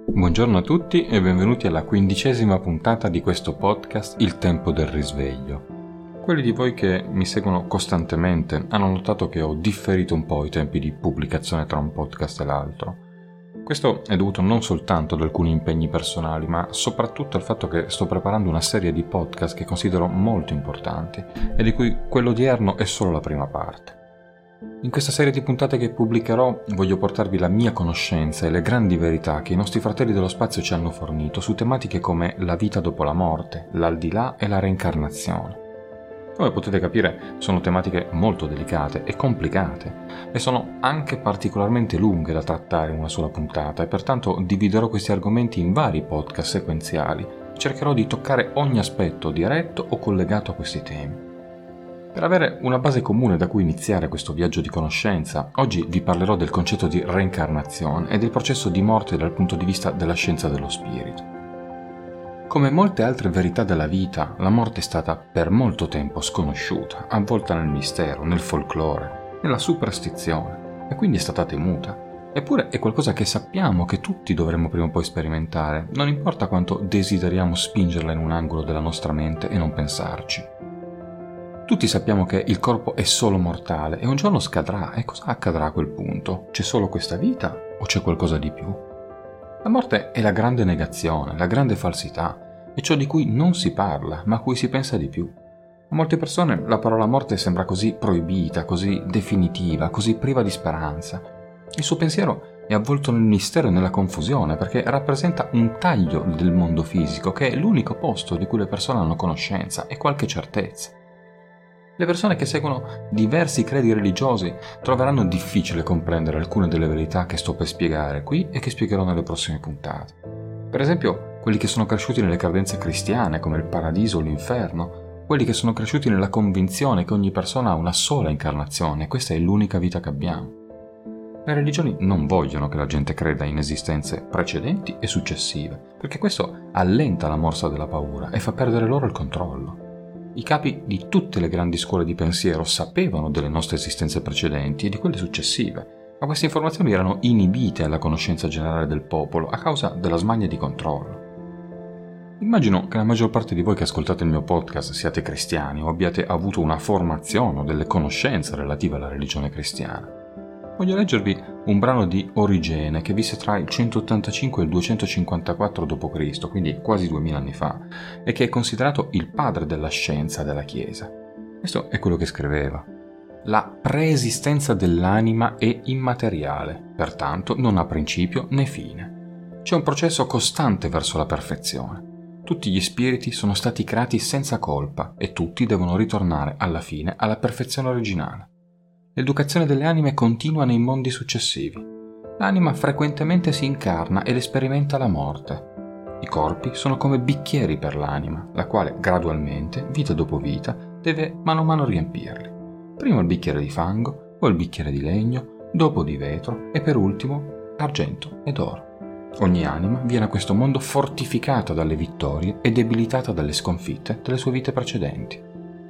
Buongiorno a tutti e benvenuti alla 15ª puntata di questo podcast Il tempo del risveglio. Quelli di voi che mi seguono costantemente hanno notato che ho differito un po' i tempi di pubblicazione tra un podcast e l'altro. Questo è dovuto non soltanto ad alcuni impegni personali, ma soprattutto al fatto che sto preparando una serie di podcast che considero molto importanti e di cui quello odierno è solo la prima parte. In questa serie di puntate che pubblicherò voglio portarvi la mia conoscenza e le grandi verità che i nostri fratelli dello spazio ci hanno fornito su tematiche come la vita dopo la morte, l'aldilà e la reincarnazione. Come potete capire, sono tematiche molto delicate e complicate e sono anche particolarmente lunghe da trattare in una sola puntata e pertanto dividerò questi argomenti in vari podcast sequenziali e cercherò di toccare ogni aspetto diretto o collegato a questi temi. Per avere una base comune da cui iniziare questo viaggio di conoscenza, oggi vi parlerò del concetto di reincarnazione e del processo di morte dal punto di vista della scienza dello spirito. Come molte altre verità della vita, la morte è stata per molto tempo sconosciuta, avvolta nel mistero, nel folklore, nella superstizione, e quindi è stata temuta. Eppure è qualcosa che sappiamo che tutti dovremmo prima o poi sperimentare, non importa quanto desideriamo spingerla in un angolo della nostra mente e non pensarci. Tutti sappiamo che il corpo è solo mortale e un giorno scadrà, e cosa accadrà a quel punto? C'è solo questa vita o c'è qualcosa di più? La morte è la grande negazione, la grande falsità, è ciò di cui non si parla, ma a cui si pensa di più. A molte persone la parola morte sembra così proibita, così definitiva, così priva di speranza. Il suo pensiero è avvolto nel mistero e nella confusione perché rappresenta un taglio del mondo fisico che è l'unico posto di cui le persone hanno conoscenza e qualche certezza. Le persone che seguono diversi credi religiosi troveranno difficile comprendere alcune delle verità che sto per spiegare qui e che spiegherò nelle prossime puntate. Per esempio, quelli che sono cresciuti nelle credenze cristiane come il paradiso o l'inferno, quelli che sono cresciuti nella convinzione che ogni persona ha una sola incarnazione e questa è l'unica vita che abbiamo. Le religioni non vogliono che la gente creda in esistenze precedenti e successive, perché questo allenta la morsa della paura e fa perdere loro il controllo. I capi di tutte le grandi scuole di pensiero sapevano delle nostre esistenze precedenti e di quelle successive, ma queste informazioni erano inibite alla conoscenza generale del popolo a causa della smania di controllo. Immagino che la maggior parte di voi che ascoltate il mio podcast siate cristiani o abbiate avuto una formazione o delle conoscenze relative alla religione cristiana. Voglio leggervi un brano di Origene che visse tra il 185 e il 254 d.C., quindi quasi 2000 anni fa, e che è considerato il padre della scienza della Chiesa. Questo è quello che scriveva. La preesistenza dell'anima è immateriale, pertanto non ha principio né fine. C'è un processo costante verso la perfezione. Tutti gli spiriti sono stati creati senza colpa e tutti devono ritornare alla fine alla perfezione originale. L'educazione delle anime continua nei mondi successivi. L'anima frequentemente si incarna ed sperimenta la morte. I corpi sono come bicchieri per l'anima, la quale gradualmente, vita dopo vita, deve mano a mano riempirli. Prima il bicchiere di fango, poi il bicchiere di legno, dopo di vetro e per ultimo argento ed oro. Ogni anima viene a questo mondo fortificata dalle vittorie e debilitata dalle sconfitte delle sue vite precedenti.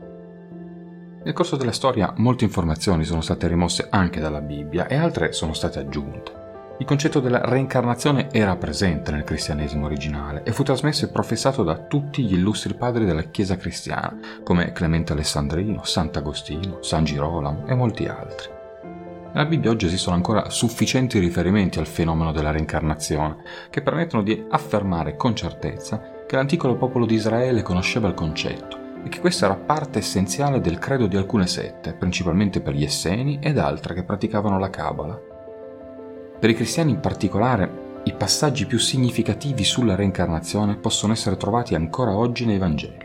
Nel corso della storia molte informazioni sono state rimosse anche dalla Bibbia e altre sono state aggiunte. Il concetto della reincarnazione era presente nel cristianesimo originale e fu trasmesso e professato da tutti gli illustri padri della Chiesa cristiana, come Clemente Alessandrino, Sant'Agostino, San Girolamo e molti altri. Nella Bibbia oggi esistono ancora sufficienti riferimenti al fenomeno della reincarnazione che permettono di affermare con certezza che l'antico popolo di Israele conosceva il concetto e che questa era parte essenziale del credo di alcune sette, principalmente per gli Esseni ed altre che praticavano la Cabala. Per i cristiani in particolare, i passaggi più significativi sulla reincarnazione possono essere trovati ancora oggi nei Vangeli.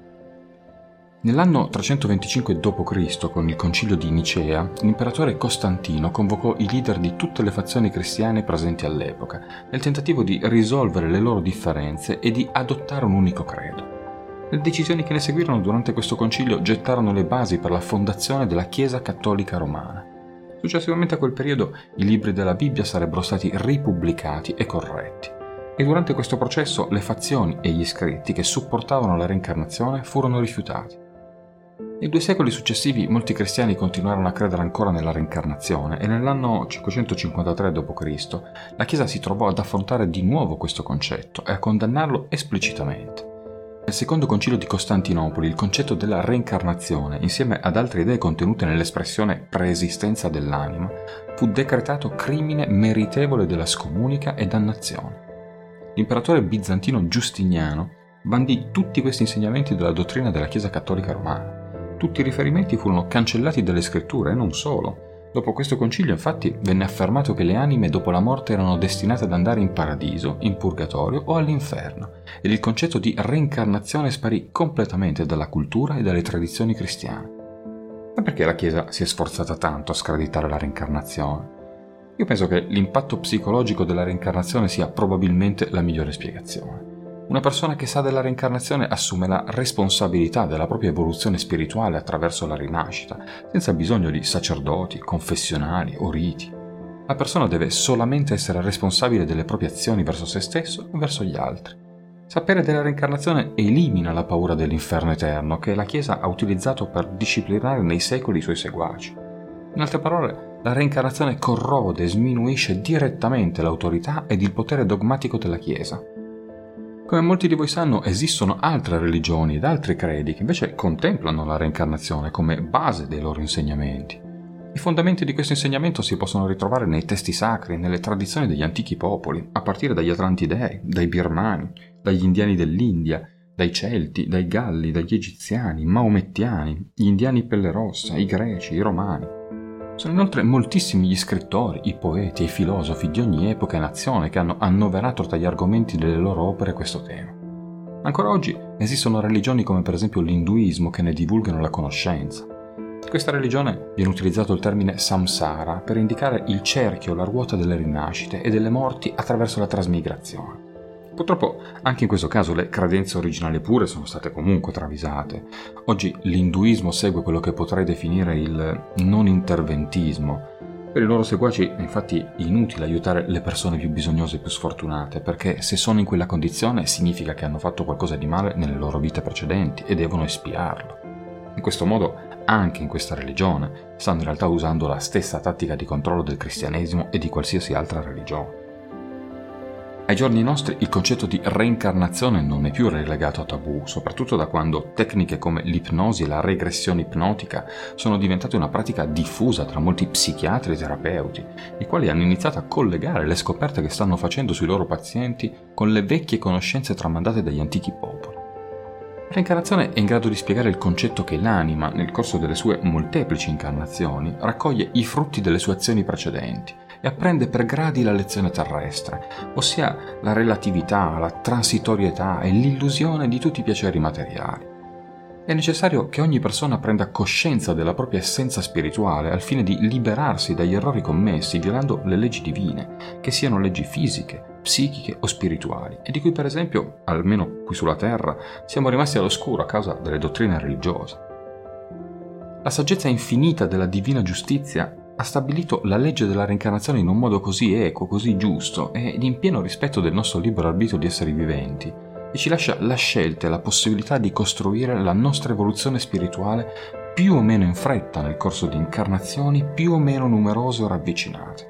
Nell'anno 325 d.C., con il concilio di Nicea, l'imperatore Costantino convocò i leader di tutte le fazioni cristiane presenti all'epoca, nel tentativo di risolvere le loro differenze e di adottare un unico credo. Le decisioni che ne seguirono durante questo concilio gettarono le basi per la fondazione della Chiesa cattolica romana. Successivamente a quel periodo i libri della Bibbia sarebbero stati ripubblicati e corretti, e durante questo processo le fazioni e gli scritti che supportavano la reincarnazione furono rifiutati. Nei 2 secoli successivi molti cristiani continuarono a credere ancora nella reincarnazione e nell'anno 553 d.C. la Chiesa si trovò ad affrontare di nuovo questo concetto e a condannarlo esplicitamente. Nel secondo concilio di Costantinopoli il concetto della reincarnazione, insieme ad altre idee contenute nell'espressione preesistenza dell'anima, fu decretato crimine meritevole della scomunica e dannazione. L'imperatore bizantino Giustiniano bandì tutti questi insegnamenti della dottrina della Chiesa cattolica romana. Tutti i riferimenti furono cancellati dalle scritture e non solo. Dopo questo concilio, infatti, venne affermato che le anime dopo la morte erano destinate ad andare in paradiso, in purgatorio o all'inferno, ed il concetto di reincarnazione sparì completamente dalla cultura e dalle tradizioni cristiane. Ma perché la Chiesa si è sforzata tanto a screditare la reincarnazione? Io penso che l'impatto psicologico della reincarnazione sia probabilmente la migliore spiegazione. Una persona che sa della reincarnazione assume la responsabilità della propria evoluzione spirituale attraverso la rinascita, senza bisogno di sacerdoti, confessionali o riti. La persona deve solamente essere responsabile delle proprie azioni verso se stesso e verso gli altri. Sapere della reincarnazione elimina la paura dell'inferno eterno che la Chiesa ha utilizzato per disciplinare nei secoli i suoi seguaci. In altre parole, la reincarnazione corrode e sminuisce direttamente l'autorità ed il potere dogmatico della Chiesa. Come molti di voi sanno, esistono altre religioni ed altri credi che invece contemplano la reincarnazione come base dei loro insegnamenti. I fondamenti di questo insegnamento si possono ritrovare nei testi sacri, nelle tradizioni degli antichi popoli, a partire dagli Atlantidei, dai Birmani, dagli indiani dell'India, dai Celti, dai Galli, dagli Egiziani, Maomettiani, gli indiani Pelle Rossa, i Greci, i Romani. Sono inoltre moltissimi gli scrittori, i poeti e i filosofi di ogni epoca e nazione che hanno annoverato tra gli argomenti delle loro opere questo tema. Ancora oggi esistono religioni come per esempio l'induismo che ne divulgano la conoscenza. In questa religione viene utilizzato il termine samsara per indicare il cerchio, la ruota delle rinascite e delle morti attraverso la trasmigrazione. Purtroppo anche in questo caso le credenze originali pure sono state comunque travisate. Oggi l'induismo segue quello che potrei definire il non interventismo. Per i loro seguaci è infatti inutile aiutare le persone più bisognose e più sfortunate, perché se sono in quella condizione significa che hanno fatto qualcosa di male nelle loro vite precedenti e devono espiarlo. In questo modo, anche in questa religione, stanno in realtà usando la stessa tattica di controllo del cristianesimo e di qualsiasi altra religione. Ai giorni nostri il concetto di reincarnazione non è più relegato a tabù, soprattutto da quando tecniche come l'ipnosi e la regressione ipnotica sono diventate una pratica diffusa tra molti psichiatri e terapeuti, i quali hanno iniziato a collegare le scoperte che stanno facendo sui loro pazienti con le vecchie conoscenze tramandate dagli antichi popoli. La reincarnazione è in grado di spiegare il concetto che l'anima, nel corso delle sue molteplici incarnazioni, raccoglie i frutti delle sue azioni precedenti e apprende per gradi la lezione terrestre, ossia la relatività, la transitorietà e l'illusione di tutti i piaceri materiali. È necessario che ogni persona prenda coscienza della propria essenza spirituale al fine di liberarsi dagli errori commessi violando le leggi divine, che siano leggi fisiche, psichiche o spirituali, e di cui per esempio, almeno qui sulla Terra, siamo rimasti all'oscuro a causa delle dottrine religiose. La saggezza infinita della divina giustizia ha stabilito la legge della reincarnazione in un modo così equo, così giusto ed in pieno rispetto del nostro libero arbitrio di esseri viventi, e ci lascia la scelta e la possibilità di costruire la nostra evoluzione spirituale più o meno in fretta nel corso di incarnazioni più o meno numerose o ravvicinate.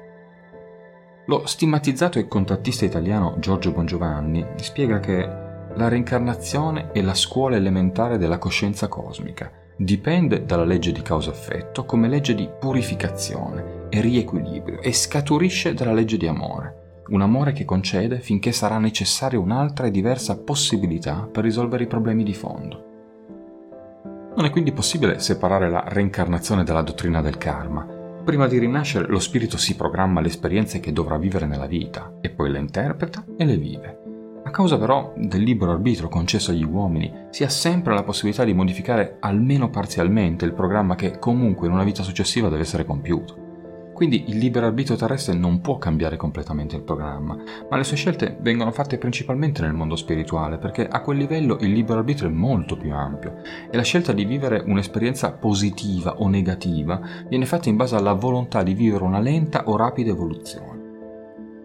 Lo stigmatizzato e contattista italiano Giorgio Bongiovanni spiega che la reincarnazione è la scuola elementare della coscienza cosmica, dipende dalla legge di causa-effetto come legge di purificazione e riequilibrio e scaturisce dalla legge di amore, un amore che concede finché sarà necessaria un'altra e diversa possibilità per risolvere i problemi di fondo. Non è quindi possibile separare la reincarnazione dalla dottrina del karma. Prima di rinascere lo spirito si programma le esperienze che dovrà vivere nella vita e poi le interpreta e le vive. A causa però del libero arbitrio concesso agli uomini, si ha sempre la possibilità di modificare almeno parzialmente il programma che comunque in una vita successiva deve essere compiuto. Quindi il libero arbitrio terrestre non può cambiare completamente il programma, ma le sue scelte vengono fatte principalmente nel mondo spirituale, perché a quel livello il libero arbitrio è molto più ampio e la scelta di vivere un'esperienza positiva o negativa viene fatta in base alla volontà di vivere una lenta o rapida evoluzione.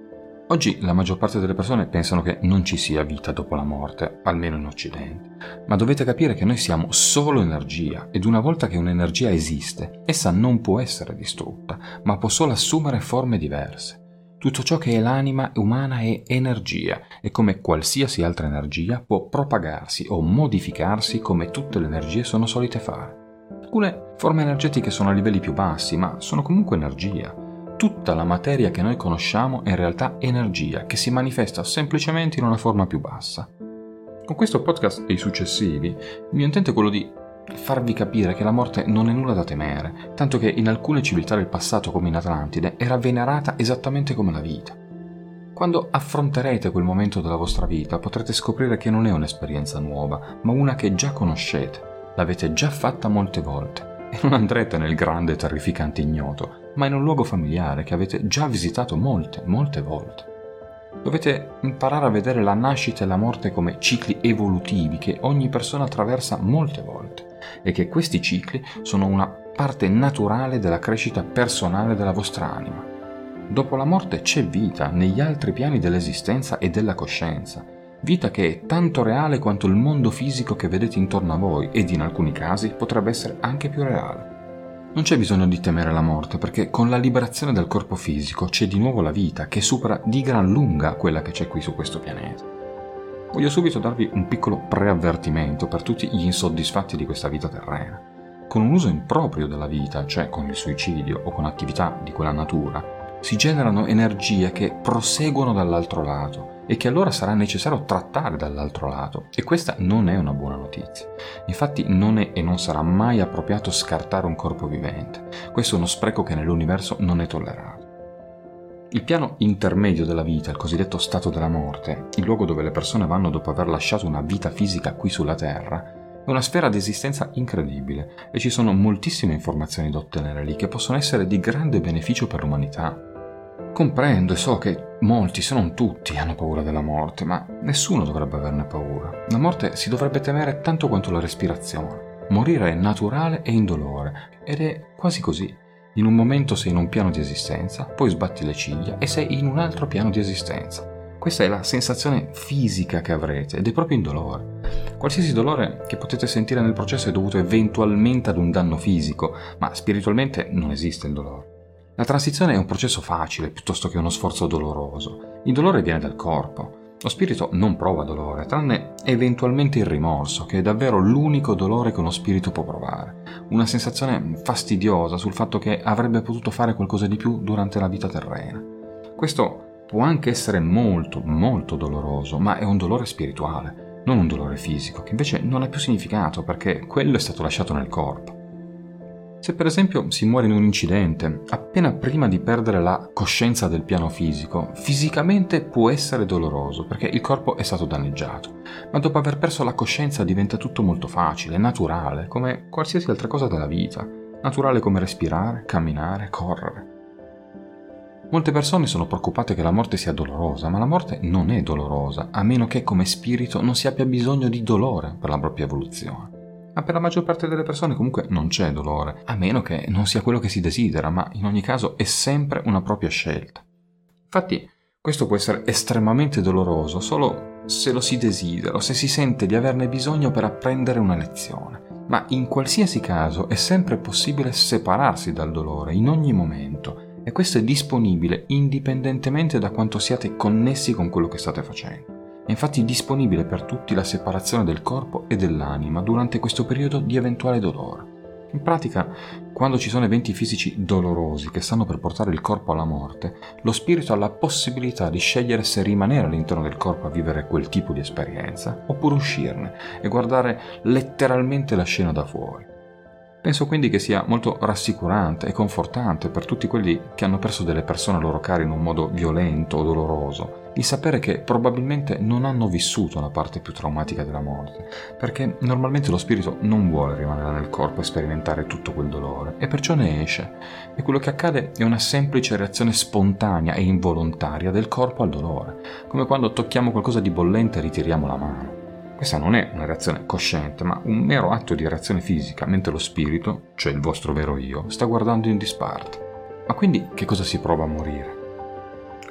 Oggi la maggior parte delle persone pensano che non ci sia vita dopo la morte, almeno in Occidente. Ma dovete capire che noi siamo solo energia ed una volta che un'energia esiste, essa non può essere distrutta, ma può solo assumere forme diverse. Tutto ciò che è l'anima umana è energia e come qualsiasi altra energia può propagarsi o modificarsi come tutte le energie sono solite fare. Alcune forme energetiche sono a livelli più bassi, ma sono comunque energia. Tutta la materia che noi conosciamo è in realtà energia che si manifesta semplicemente in una forma più bassa. Con questo podcast e i successivi, il mio intento è quello di farvi capire che la morte non è nulla da temere, tanto che in alcune civiltà del passato come in Atlantide era venerata esattamente come la vita. Quando affronterete quel momento della vostra vita potrete scoprire che non è un'esperienza nuova, ma una che già conoscete, l'avete già fatta molte volte. E non andrete nel grande e terrificante ignoto, ma in un luogo familiare che avete già visitato molte volte. Dovete imparare a vedere la nascita e la morte come cicli evolutivi che ogni persona attraversa molte volte e che questi cicli sono una parte naturale della crescita personale della vostra anima. Dopo la morte c'è vita negli altri piani dell'esistenza e della coscienza. Vita che è tanto reale quanto il mondo fisico che vedete intorno a voi ed in alcuni casi potrebbe essere anche più reale. Non c'è bisogno di temere la morte perché con la liberazione del corpo fisico c'è di nuovo la vita che supera di gran lunga quella che c'è qui su questo pianeta. Voglio subito darvi un piccolo preavvertimento per tutti gli insoddisfatti di questa vita terrena. Con un uso improprio della vita, cioè con il suicidio o con attività di quella natura, si generano energie che proseguono dall'altro lato e che allora sarà necessario trattare dall'altro lato, e questa non è una buona notizia. Infatti non è e non sarà mai appropriato scartare un corpo vivente. Questo è uno spreco che nell'universo non è tollerato. Il piano intermedio della vita, il cosiddetto stato della morte, il luogo dove le persone vanno dopo aver lasciato una vita fisica qui sulla Terra, è una sfera di esistenza incredibile e ci sono moltissime informazioni da ottenere lì che possono essere di grande beneficio per l'umanità. Comprendo e so che molti, se non tutti, hanno paura della morte, ma nessuno dovrebbe averne paura. La morte si dovrebbe temere tanto quanto la respirazione. Morire è naturale e indolore, ed è quasi così. In un momento sei in un piano di esistenza, poi sbatti le ciglia e sei in un altro piano di esistenza. Questa è la sensazione fisica che avrete ed è proprio indolore. Qualsiasi dolore che potete sentire nel processo è dovuto eventualmente ad un danno fisico, ma spiritualmente non esiste il dolore. La transizione è un processo facile piuttosto che uno sforzo doloroso. Il dolore viene dal corpo. Lo spirito non prova dolore, tranne eventualmente il rimorso, che è davvero l'unico dolore che uno spirito può provare. Una sensazione fastidiosa sul fatto che avrebbe potuto fare qualcosa di più durante la vita terrena. Questo può anche essere molto doloroso, ma è un dolore spirituale, non un dolore fisico, che invece non ha più significato perché quello è stato lasciato nel corpo. Se per esempio si muore in un incidente, appena prima di perdere la coscienza del piano fisico, fisicamente può essere doloroso perché il corpo è stato danneggiato, ma dopo aver perso la coscienza diventa tutto molto facile, naturale, come qualsiasi altra cosa della vita, naturale come respirare, camminare, correre. Molte persone sono preoccupate che la morte sia dolorosa, ma la morte non è dolorosa, a meno che come spirito non si abbia bisogno di dolore per la propria evoluzione. Ma per la maggior parte delle persone comunque non c'è dolore, a meno che non sia quello che si desidera, ma in ogni caso è sempre una propria scelta. Infatti, questo può essere estremamente doloroso solo se lo si desidera o se si sente di averne bisogno per apprendere una lezione. Ma in qualsiasi caso è sempre possibile separarsi dal dolore in ogni momento, e questo è disponibile indipendentemente da quanto siate connessi con quello che state facendo. È infatti disponibile per tutti la separazione del corpo e dell'anima durante questo periodo di eventuale dolore. In pratica, quando ci sono eventi fisici dolorosi che stanno per portare il corpo alla morte, lo spirito ha la possibilità di scegliere se rimanere all'interno del corpo a vivere quel tipo di esperienza oppure uscirne e guardare letteralmente la scena da fuori. Penso quindi che sia molto rassicurante e confortante per tutti quelli che hanno perso delle persone loro care in un modo violento o doloroso, il sapere che probabilmente non hanno vissuto la parte più traumatica della morte, perché normalmente lo spirito non vuole rimanere nel corpo e sperimentare tutto quel dolore, e perciò ne esce, e quello che accade è una semplice reazione spontanea e involontaria del corpo al dolore, come quando tocchiamo qualcosa di bollente e ritiriamo la mano. Questa non è una reazione cosciente, ma un mero atto di reazione fisica, mentre lo spirito, cioè il vostro vero io, sta guardando in disparte. Ma quindi che cosa si prova a morire?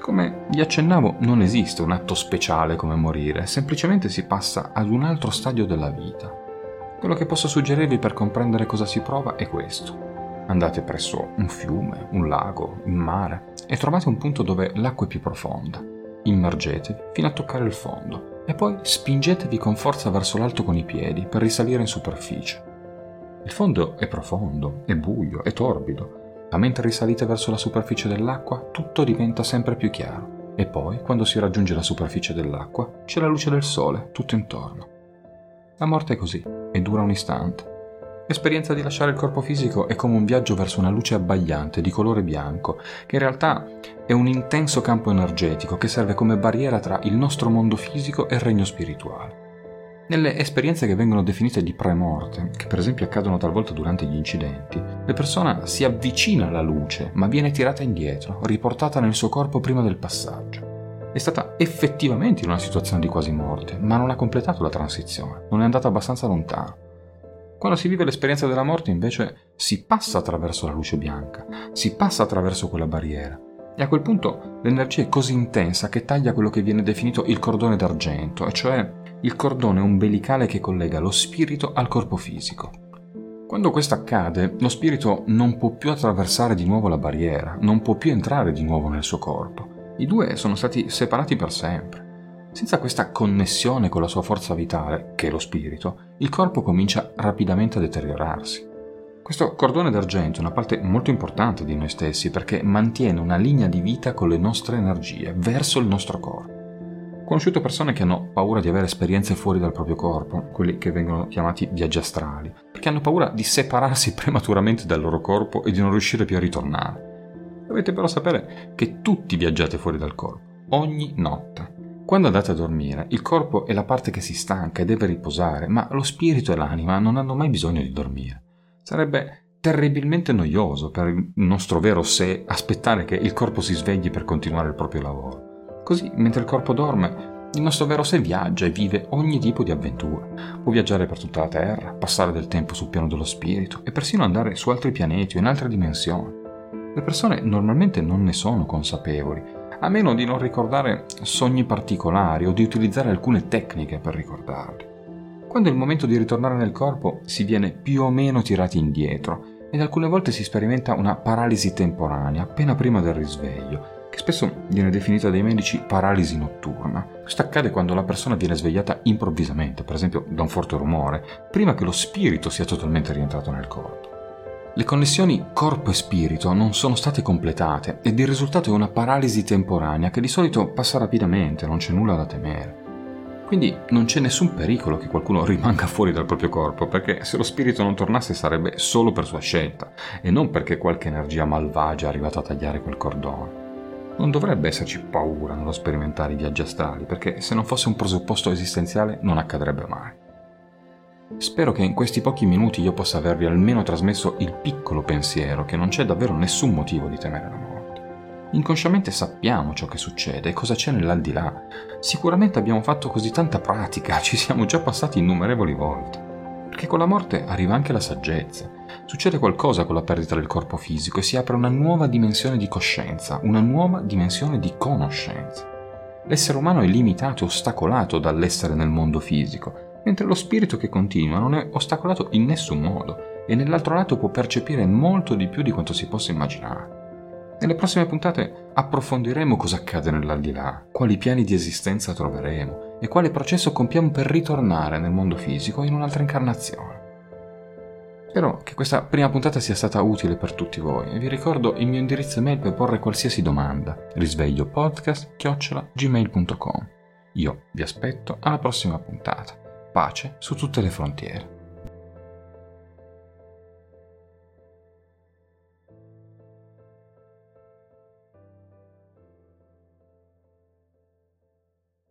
Come vi accennavo, non esiste un atto speciale come morire, semplicemente si passa ad un altro stadio della vita. Quello che posso suggerirvi per comprendere cosa si prova è questo. Andate presso un fiume, un lago, un mare e trovate un punto dove l'acqua è più profonda. Immergetevi fino a toccare il fondo e poi spingetevi con forza verso l'alto con i piedi per risalire in superficie. Il fondo è profondo, è buio, è torbido, ma mentre risalite verso la superficie dell'acqua tutto diventa sempre più chiaro e poi, quando si raggiunge la superficie dell'acqua, c'è la luce del sole tutto intorno. La morte è così e dura un istante. L'esperienza di lasciare il corpo fisico è come un viaggio verso una luce abbagliante di colore bianco, che in realtà è un intenso campo energetico che serve come barriera tra il nostro mondo fisico e il regno spirituale. Nelle esperienze che vengono definite di pre-morte, che per esempio accadono talvolta durante gli incidenti, la persona si avvicina alla luce, ma viene tirata indietro, riportata nel suo corpo prima del passaggio. È stata effettivamente in una situazione di quasi morte, ma non ha completato la transizione, non è andata abbastanza lontano. Quando si vive l'esperienza della morte, invece, si passa attraverso la luce bianca, si passa attraverso quella barriera. E a quel punto l'energia è così intensa che taglia quello che viene definito il cordone d'argento, e cioè il cordone umbilicale che collega lo spirito al corpo fisico. Quando questo accade, lo spirito non può più attraversare di nuovo la barriera, non può più entrare di nuovo nel suo corpo. I due sono stati separati per sempre. Senza questa connessione con la sua forza vitale, che è lo spirito, il corpo comincia rapidamente a deteriorarsi. Questo cordone d'argento è una parte molto importante di noi stessi perché mantiene una linea di vita con le nostre energie verso il nostro corpo. Ho conosciuto persone che hanno paura di avere esperienze fuori dal proprio corpo, quelli che vengono chiamati viaggi astrali, perché hanno paura di separarsi prematuramente dal loro corpo e di non riuscire più a ritornare. Dovete però sapere che tutti viaggiate fuori dal corpo, ogni notte. Quando andate a dormire, il corpo è la parte che si stanca e deve riposare, ma lo spirito e l'anima non hanno mai bisogno di dormire. Sarebbe terribilmente noioso per il nostro vero sé aspettare che il corpo si svegli per continuare il proprio lavoro. Così, mentre il corpo dorme, il nostro vero sé viaggia e vive ogni tipo di avventura. Può viaggiare per tutta la Terra, passare del tempo sul piano dello spirito e persino andare su altri pianeti o in altre dimensioni. Le persone normalmente non ne sono consapevoli, a meno di non ricordare sogni particolari o di utilizzare alcune tecniche per ricordarli. Quando è il momento di ritornare nel corpo, si viene più o meno tirati indietro ed alcune volte si sperimenta una paralisi temporanea appena prima del risveglio, che spesso viene definita dai medici paralisi notturna. Questo accade quando la persona viene svegliata improvvisamente, per esempio da un forte rumore, prima che lo spirito sia totalmente rientrato nel corpo. Le connessioni corpo e spirito non sono state completate ed il risultato è una paralisi temporanea che di solito passa rapidamente, non c'è nulla da temere. Quindi non c'è nessun pericolo che qualcuno rimanga fuori dal proprio corpo, perché se lo spirito non tornasse sarebbe solo per sua scelta e non perché qualche energia malvagia è arrivata a tagliare quel cordone. Non dovrebbe esserci paura nello sperimentare i viaggi astrali, perché se non fosse un presupposto esistenziale non accadrebbe mai. Spero che in questi pochi minuti io possa avervi almeno trasmesso il piccolo pensiero che non c'è davvero nessun motivo di temere la morte. Inconsciamente sappiamo ciò che succede e cosa c'è nell'aldilà. Sicuramente abbiamo fatto così tanta pratica, ci siamo già passati innumerevoli volte. Perché con la morte arriva anche la saggezza. Succede qualcosa con la perdita del corpo fisico e si apre una nuova dimensione di coscienza, una nuova dimensione di conoscenza. L'essere umano è limitato e ostacolato dall'essere nel mondo fisico, mentre lo spirito che continua non è ostacolato in nessun modo e nell'altro lato può percepire molto di più di quanto si possa immaginare. Nelle prossime puntate approfondiremo cosa accade nell'aldilà, quali piani di esistenza troveremo e quale processo compiamo per ritornare nel mondo fisico in un'altra incarnazione. Spero che questa prima puntata sia stata utile per tutti voi e vi ricordo il mio indirizzo email per porre qualsiasi domanda: risvegliopodcast@gmail.com. Io vi aspetto alla prossima puntata. Pace su tutte le frontiere.